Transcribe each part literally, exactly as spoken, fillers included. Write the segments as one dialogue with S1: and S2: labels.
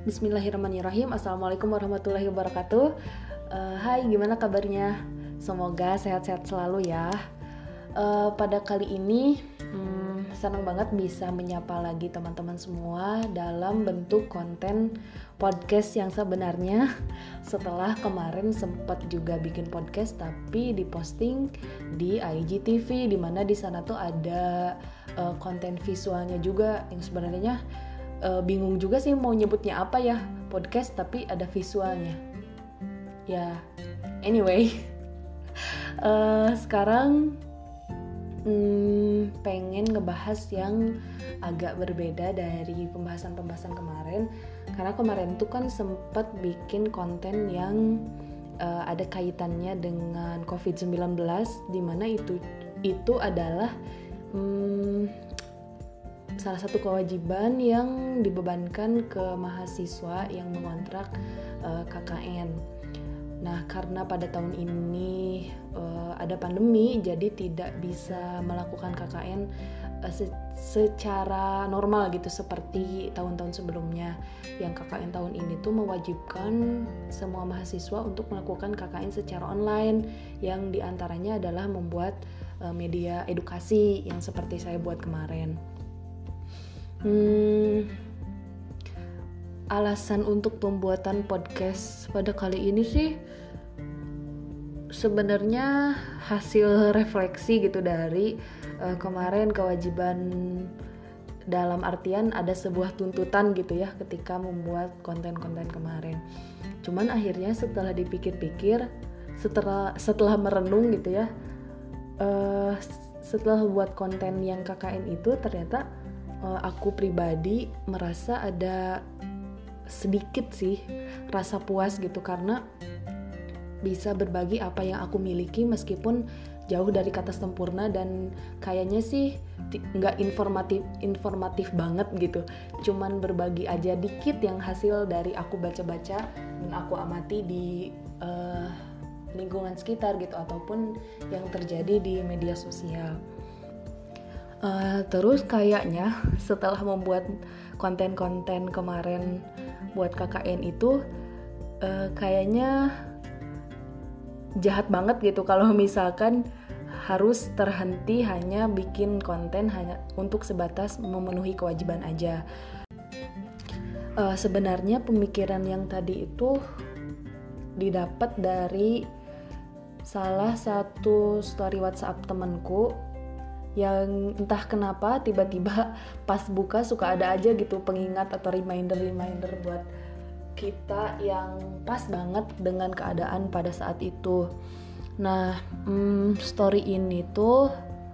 S1: Bismillahirrahmanirrahim. Assalamualaikum warahmatullahi wabarakatuh. Uh, hai, gimana kabarnya? Semoga sehat-sehat selalu ya. Uh, pada kali ini hmm, senang banget bisa menyapa lagi teman-teman semua dalam bentuk konten podcast yang sebenarnya setelah kemarin sempat juga bikin podcast tapi diposting di I G T V, dimana di sana tuh ada uh, konten visualnya juga yang sebenarnya Uh, bingung juga sih mau nyebutnya apa ya, podcast tapi ada visualnya ya. Anyway, uh, sekarang hmm, pengen ngebahas yang agak berbeda dari pembahasan-pembahasan kemarin, karena kemarin tuh kan sempat bikin konten yang uh, ada kaitannya dengan covid sembilan belas, dimana itu itu adalah hmm, salah satu kewajiban yang dibebankan ke mahasiswa yang mengontrak uh, K K N. Nah, karena pada tahun ini uh, ada pandemi, jadi tidak bisa melakukan K K N uh, se- secara normal gitu seperti tahun-tahun sebelumnya. Yang K K N tahun ini tuh mewajibkan semua mahasiswa untuk melakukan K K N secara online, yang diantaranya adalah membuat uh, media edukasi yang seperti saya buat kemarin. Hmm, alasan untuk pembuatan podcast pada kali ini sih sebenarnya hasil refleksi gitu dari uh, kemarin kewajiban, dalam artian ada sebuah tuntutan gitu ya ketika membuat konten-konten kemarin. Cuman akhirnya setelah dipikir-pikir, setelah setelah merenung gitu ya, uh, setelah buat konten yang K K N itu ternyata aku pribadi merasa ada sedikit sih rasa puas gitu, karena bisa berbagi apa yang aku miliki meskipun jauh dari kata sempurna dan kayaknya sih nggak informatif informatif banget gitu, cuman berbagi aja dikit yang hasil dari aku baca-baca dan aku amati di uh, lingkungan sekitar gitu, ataupun yang terjadi di media sosial. Uh, terus kayaknya setelah membuat konten-konten kemarin buat K K N itu uh, kayaknya jahat banget gitu kalau misalkan harus terhenti hanya bikin konten hanya untuk sebatas memenuhi kewajiban aja. Uh, sebenarnya pemikiran yang tadi itu didapat dari salah satu story WhatsApp temanku, yang entah kenapa tiba-tiba pas buka suka ada aja gitu pengingat atau reminder-reminder buat kita yang pas banget dengan keadaan pada saat itu. Nah, hmm, story ini tuh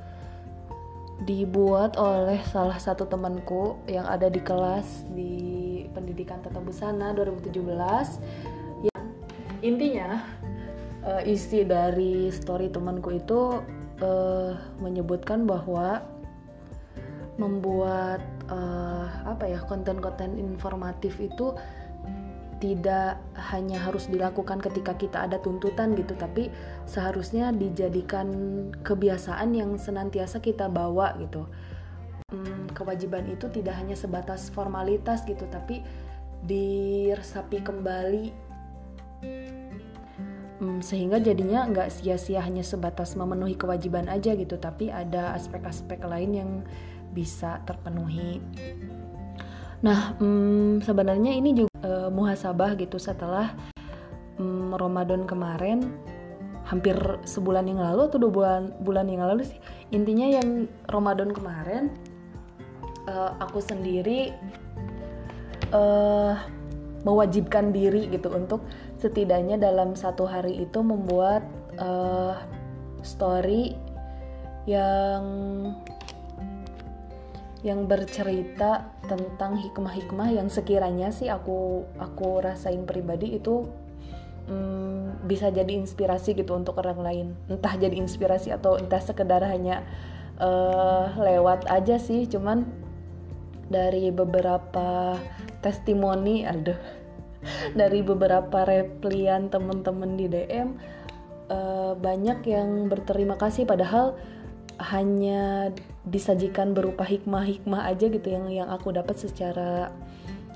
S1: dibuat oleh salah satu temanku yang ada di kelas di Pendidikan Tata Busana dua ribu tujuh belas. Yang intinya uh, isi dari story temanku itu Uh, menyebutkan bahwa membuat uh, apa ya konten-konten informatif itu tidak hanya harus dilakukan ketika kita ada tuntutan gitu, tapi seharusnya dijadikan kebiasaan yang senantiasa kita bawa gitu. Hmm, kewajiban itu tidak hanya sebatas formalitas gitu, tapi diresapi kembali. Hmm, sehingga jadinya nggak sia-sia hanya sebatas memenuhi kewajiban aja gitu, tapi ada aspek-aspek lain yang bisa terpenuhi. Nah, hmm, sebenarnya ini juga uh, muhasabah gitu setelah hmm, Ramadan kemarin, hampir sebulan yang lalu atau dua bulan, bulan yang lalu sih. Intinya yang Ramadan kemarin, uh, aku sendiri uh, mewajibkan diri gitu untuk setidaknya dalam satu hari itu membuat uh, story yang yang bercerita tentang hikmah-hikmah yang sekiranya sih aku aku rasain pribadi itu um, bisa jadi inspirasi gitu untuk orang lain. Entah jadi inspirasi atau entah sekedar hanya uh, lewat aja sih, cuman dari beberapa testimoni, aduh, dari beberapa replian teman-teman di D M, uh, banyak yang berterima kasih, padahal hanya disajikan berupa hikmah-hikmah aja gitu yang yang aku dapat secara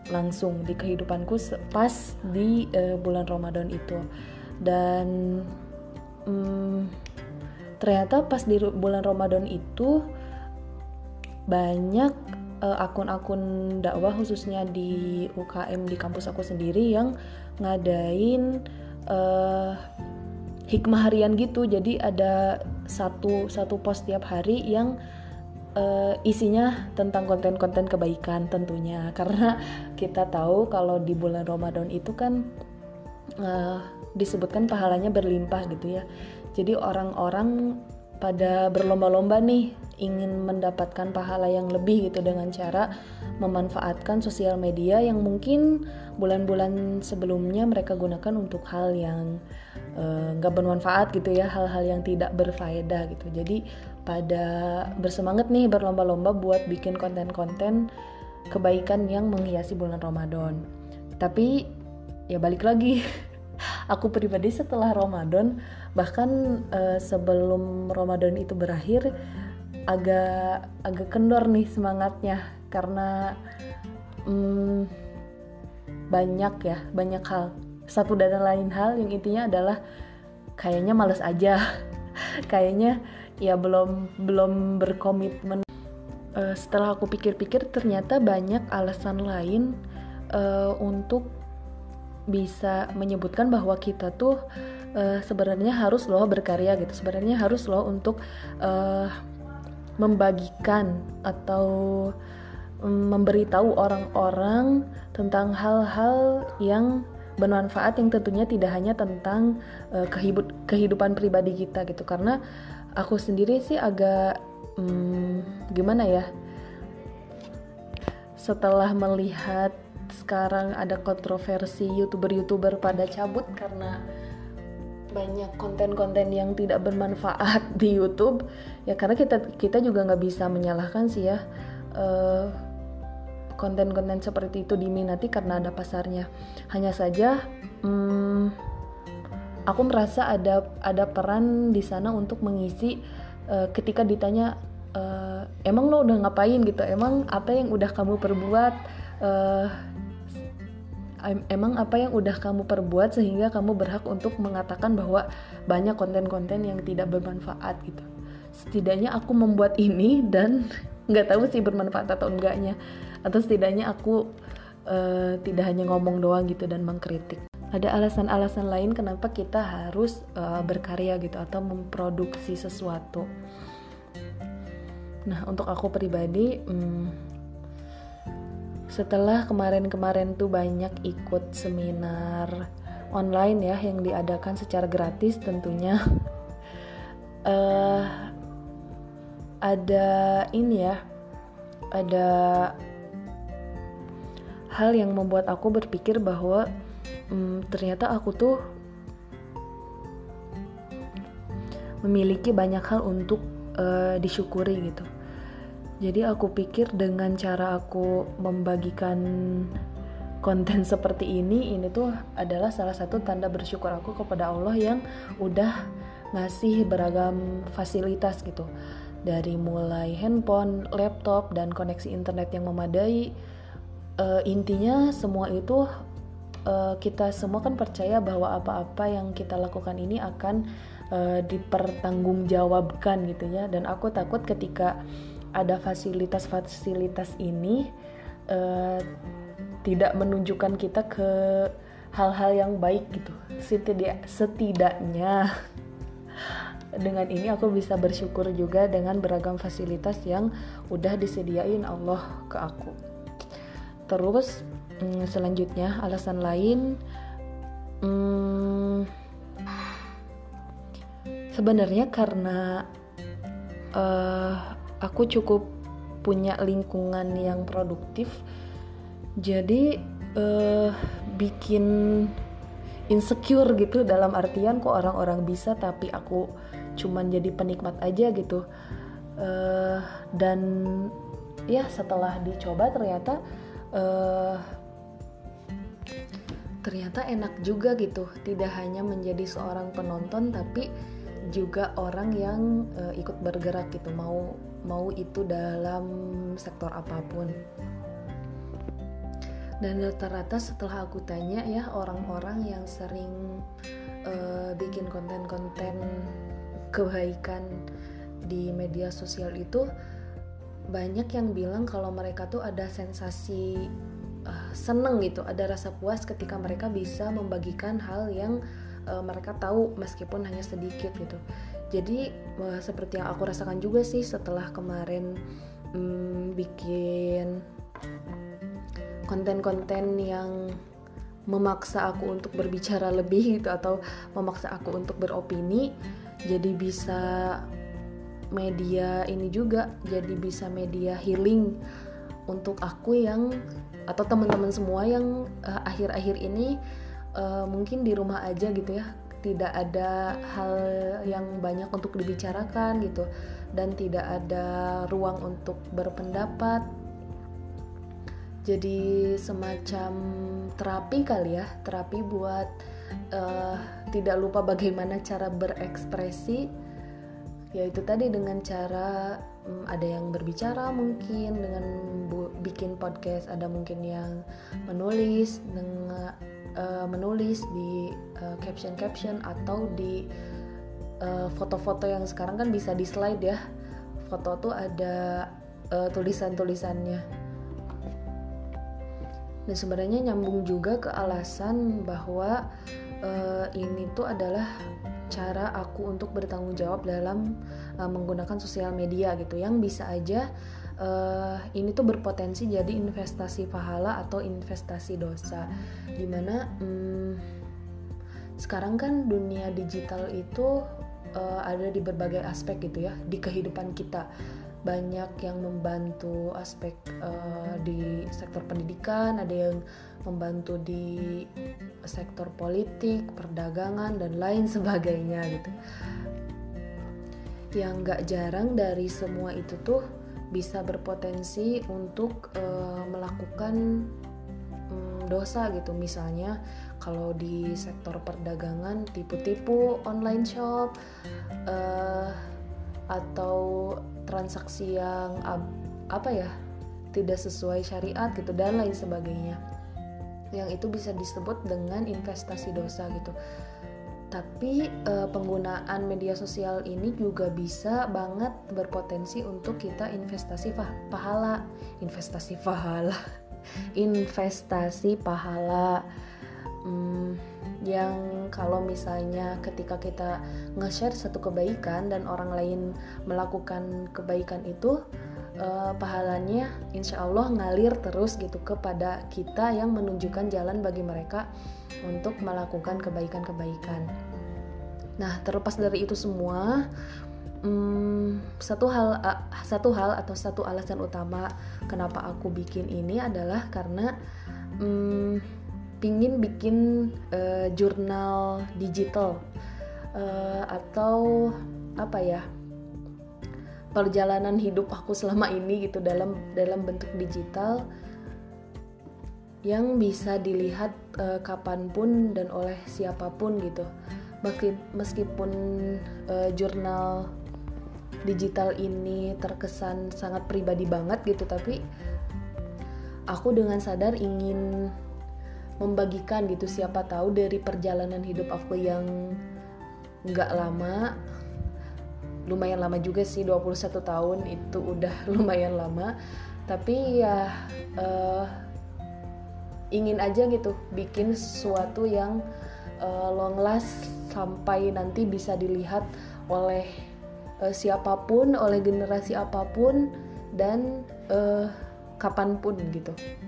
S1: langsung di kehidupanku pas di uh, bulan Ramadan itu. Dan um, ternyata pas di bulan Ramadan itu banyak uh, akun-akun dakwah khususnya di U K M di kampus aku sendiri yang ngadain uh, hikmah harian gitu. Jadi ada satu satu post tiap hari yang uh, isinya tentang konten-konten kebaikan tentunya, karena kita tahu kalau di bulan Ramadan itu kan uh, disebutkan pahalanya berlimpah gitu ya. Jadi orang-orang pada berlomba-lomba nih ingin mendapatkan pahala yang lebih gitu dengan cara memanfaatkan sosial media yang mungkin bulan-bulan sebelumnya mereka gunakan untuk hal yang nggak uh, bermanfaat gitu ya, hal-hal yang tidak berfaedah gitu. Jadi pada bersemangat nih berlomba-lomba buat bikin konten-konten kebaikan yang menghiasi bulan Ramadan. Tapi ya balik lagi, aku pribadi setelah Ramadan, bahkan uh, sebelum Ramadan itu berakhir, agak agak kendor nih semangatnya karena um, banyak ya banyak hal, satu dan lain hal yang intinya adalah kayaknya malas aja, kayaknya ya belum belum berkomitmen. Uh, setelah aku pikir-pikir ternyata banyak alasan lain uh, untuk bisa menyebutkan bahwa kita tuh uh, sebenarnya harus loh berkarya gitu, sebenarnya harus loh untuk uh, membagikan atau um, memberitahu orang-orang tentang hal-hal yang bermanfaat yang tentunya tidak hanya tentang uh, kehidup, kehidupan pribadi kita gitu. Karena aku sendiri sih agak um, gimana ya, setelah melihat sekarang ada kontroversi youtuber-youtuber pada cabut karena banyak konten-konten yang tidak bermanfaat di YouTube ya, karena kita kita juga nggak bisa menyalahkan sih ya, uh, konten-konten seperti itu diminati karena ada pasarnya. Hanya saja um, aku merasa ada ada peran di sana untuk mengisi uh, ketika ditanya uh, emang lo udah ngapain gitu, emang apa yang udah kamu perbuat, uh, emang apa yang udah kamu perbuat sehingga kamu berhak untuk mengatakan bahwa banyak konten-konten yang tidak bermanfaat gitu. Setidaknya aku membuat ini dan nggak tahu sih bermanfaat atau enggaknya, atau setidaknya aku uh, tidak hanya ngomong doang gitu dan mengkritik. Ada alasan-alasan lain kenapa kita harus uh, berkarya gitu atau memproduksi sesuatu. Nah, untuk aku pribadi, hmm, setelah kemarin-kemarin tuh banyak ikut seminar online ya yang diadakan secara gratis tentunya, uh, ada ini ya, ada hal yang membuat aku berpikir bahwa um, ternyata aku tuh memiliki banyak hal untuk uh, disyukuri gitu. Jadi aku pikir dengan cara aku membagikan konten seperti ini, ini tuh adalah salah satu tanda bersyukur aku kepada Allah yang udah ngasih beragam fasilitas gitu. Dari mulai handphone, laptop, dan koneksi internet yang memadai. E, intinya semua itu e, kita semua kan percaya bahwa apa-apa yang kita lakukan ini akan e, dipertanggungjawabkan gitu ya. Dan aku takut ketika ada fasilitas-fasilitas ini uh, tidak menunjukkan kita ke hal-hal yang baik gitu. Setidak, setidaknya dengan ini aku bisa bersyukur juga dengan beragam fasilitas yang udah disediain Allah ke aku. Terus hmm, selanjutnya alasan lain, hmm, sebenarnya karena uh, aku cukup punya lingkungan yang produktif, jadi uh, bikin insecure gitu, dalam artian kok orang-orang bisa tapi aku cuman jadi penikmat aja gitu. Uh, dan ya setelah dicoba ternyata uh, ternyata enak juga gitu, tidak hanya menjadi seorang penonton tapi juga orang yang uh, ikut bergerak gitu, mau mau itu dalam sektor apapun. Dan rata-rata setelah aku tanya ya, orang-orang yang sering uh, bikin konten-konten kebaikan di media sosial itu banyak yang bilang kalau mereka tuh ada sensasi uh, seneng gitu, ada rasa puas ketika mereka bisa membagikan hal yang uh, mereka tahu meskipun hanya sedikit gitu. Jadi uh, seperti yang aku rasakan juga sih setelah kemarin um, bikin konten-konten yang memaksa aku untuk berbicara lebih gitu, atau memaksa aku untuk beropini, jadi bisa media ini juga, jadi bisa media healing untuk aku yang atau teman-teman semua yang uh, akhir-akhir ini uh, mungkin di rumah aja gitu ya, tidak ada hal yang banyak untuk dibicarakan gitu, dan tidak ada ruang untuk berpendapat. Jadi semacam terapi kali ya, terapi buat uh, tidak lupa bagaimana cara berekspresi, yaitu tadi dengan cara um, ada yang berbicara mungkin dengan bu- bikin podcast, ada mungkin yang menulis dengan uh, menulis di uh, caption-caption atau di uh, foto-foto yang sekarang kan bisa di slide ya, foto tuh ada uh, tulisan-tulisannya. Dan sebenarnya nyambung juga ke alasan bahwa uh, ini tuh adalah cara aku untuk bertanggung jawab dalam uh, menggunakan sosial media gitu, yang bisa aja uh, ini tuh berpotensi jadi investasi pahala atau investasi dosa, dimana um, sekarang kan dunia digital itu uh, ada di berbagai aspek gitu ya di kehidupan kita. Banyak yang membantu aspek uh, di sektor pendidikan, ada yang membantu di sektor politik, perdagangan, dan lain sebagainya gitu. Yang gak jarang dari semua itu tuh bisa berpotensi untuk uh, melakukan um, dosa gitu. Misalnya kalau di sektor perdagangan, tipu-tipu online shop, uh, atau transaksi yang apa ya tidak sesuai syariat gitu, dan lain sebagainya, yang itu bisa disebut dengan investasi dosa gitu. Tapi eh, penggunaan media sosial ini juga bisa banget berpotensi untuk kita investasi pah- pahala investasi pahala investasi pahala hmm, yang kalau misalnya ketika kita nge-share satu kebaikan dan orang lain melakukan kebaikan itu, uh, pahalanya insya Allah ngalir terus gitu kepada kita yang menunjukkan jalan bagi mereka untuk melakukan kebaikan-kebaikan. Nah, terlepas dari itu semua, um, satu hal uh, satu hal atau satu alasan utama kenapa aku bikin ini adalah karena um, pingin bikin uh, jurnal digital uh, atau apa ya perjalanan hidup aku selama ini gitu dalam dalam bentuk digital yang bisa dilihat uh, kapanpun dan oleh siapapun gitu. Meski, meskipun uh, jurnal digital ini terkesan sangat pribadi banget gitu, tapi aku dengan sadar ingin membagikan gitu, siapa tahu dari perjalanan hidup aku yang gak lama, lumayan lama juga sih, dua puluh satu tahun itu udah lumayan lama, tapi ya uh, ingin aja gitu bikin sesuatu yang uh, long last sampai nanti bisa dilihat oleh uh, siapapun, oleh generasi apapun, dan uh, kapanpun gitu.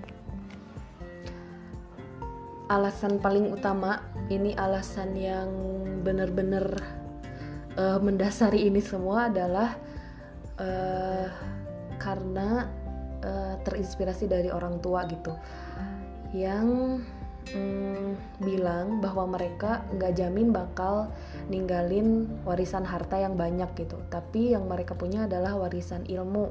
S1: Alasan paling utama, ini alasan yang benar-benar uh, mendasari ini semua adalah uh, karena uh, terinspirasi dari orang tua gitu, yang um, bilang bahwa mereka nggak jamin bakal ninggalin warisan harta yang banyak gitu, tapi yang mereka punya adalah warisan ilmu.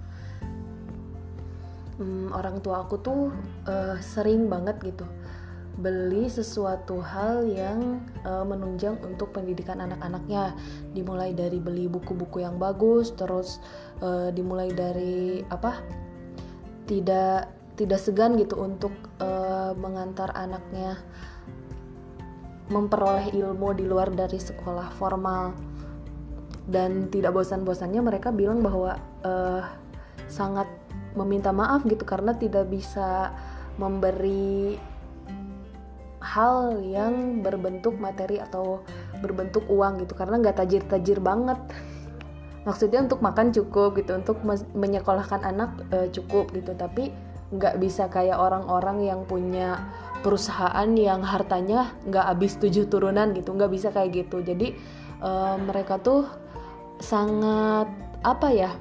S1: Um, orang tua aku tuh uh, sering banget gitu beli sesuatu hal yang uh, menunjang untuk pendidikan anak-anaknya, dimulai dari beli buku-buku yang bagus, terus uh, dimulai dari apa tidak tidak segan gitu untuk uh, mengantar anaknya memperoleh ilmu di luar dari sekolah formal. Dan tidak bosan-bosannya mereka bilang bahwa uh, sangat meminta maaf gitu karena tidak bisa memberi hal yang berbentuk materi atau berbentuk uang gitu, karena nggak tajir-tajir banget. Maksudnya untuk makan cukup gitu, untuk menyekolahkan anak uh, cukup gitu, tapi nggak bisa kayak orang-orang yang punya perusahaan yang hartanya nggak habis tujuh turunan gitu, nggak bisa kayak gitu. Jadi uh, mereka tuh sangat apa ya,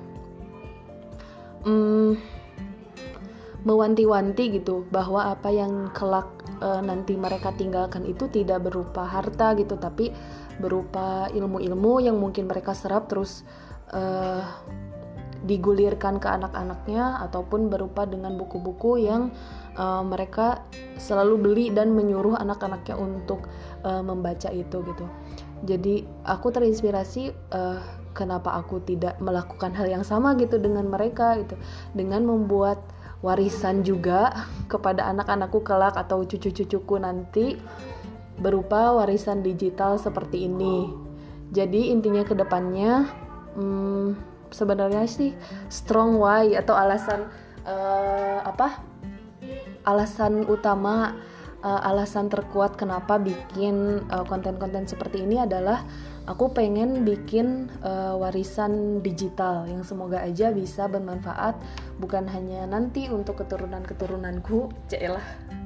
S1: hmm, mewanti-wanti gitu bahwa apa yang kelak uh, nanti mereka tinggalkan itu tidak berupa harta gitu, tapi berupa ilmu-ilmu yang mungkin mereka serap terus uh, digulirkan ke anak-anaknya, ataupun berupa dengan buku-buku yang uh, mereka selalu beli dan menyuruh anak-anaknya untuk uh, membaca itu gitu. Jadi aku terinspirasi uh, kenapa aku tidak melakukan hal yang sama gitu dengan mereka gitu, dengan membuat warisan juga kepada anak-anakku kelak atau cucu-cucuku nanti berupa warisan digital seperti ini. Jadi intinya ke depannya hmm, sebenarnya sih strong why atau alasan uh, apa alasan utama, uh, alasan terkuat kenapa bikin uh, konten-konten seperti ini adalah aku pengen bikin uh, warisan digital yang semoga aja bisa bermanfaat bukan hanya nanti untuk keturunan-keturunanku, celah,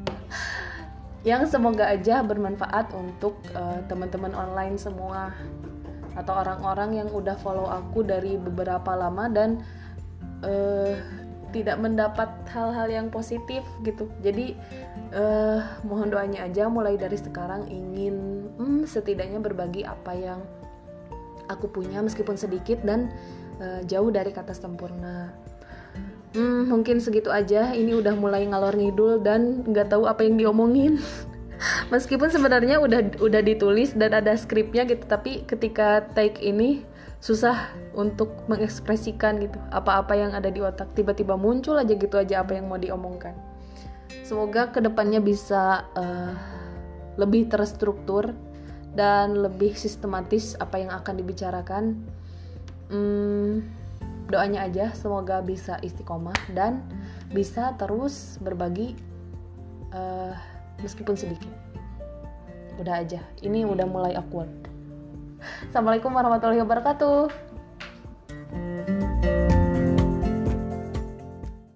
S1: yang semoga aja bermanfaat untuk uh, teman-teman online semua atau orang-orang yang udah follow aku dari beberapa lama dan uh, tidak mendapat hal-hal yang positif gitu. Jadi uh, mohon doanya aja mulai dari sekarang ingin hmm, setidaknya berbagi apa yang aku punya meskipun sedikit dan uh, jauh dari kata sempurna. Hmm, mungkin segitu aja. Ini udah mulai ngalor ngidul dan nggak tahu apa yang diomongin. Meskipun sebenarnya udah udah ditulis dan ada skripnya gitu, tapi ketika take ini susah untuk mengekspresikan gitu apa-apa yang ada di otak, tiba-tiba muncul aja gitu aja apa yang mau diomongkan. Semoga kedepannya bisa uh, lebih terstruktur dan lebih sistematis apa yang akan dibicarakan. Hmm, doanya aja semoga bisa istiqomah dan bisa terus berbagi uh, meskipun sedikit. Udah aja, ini udah mulai awkward. Assalamualaikum warahmatullahi wabarakatuh.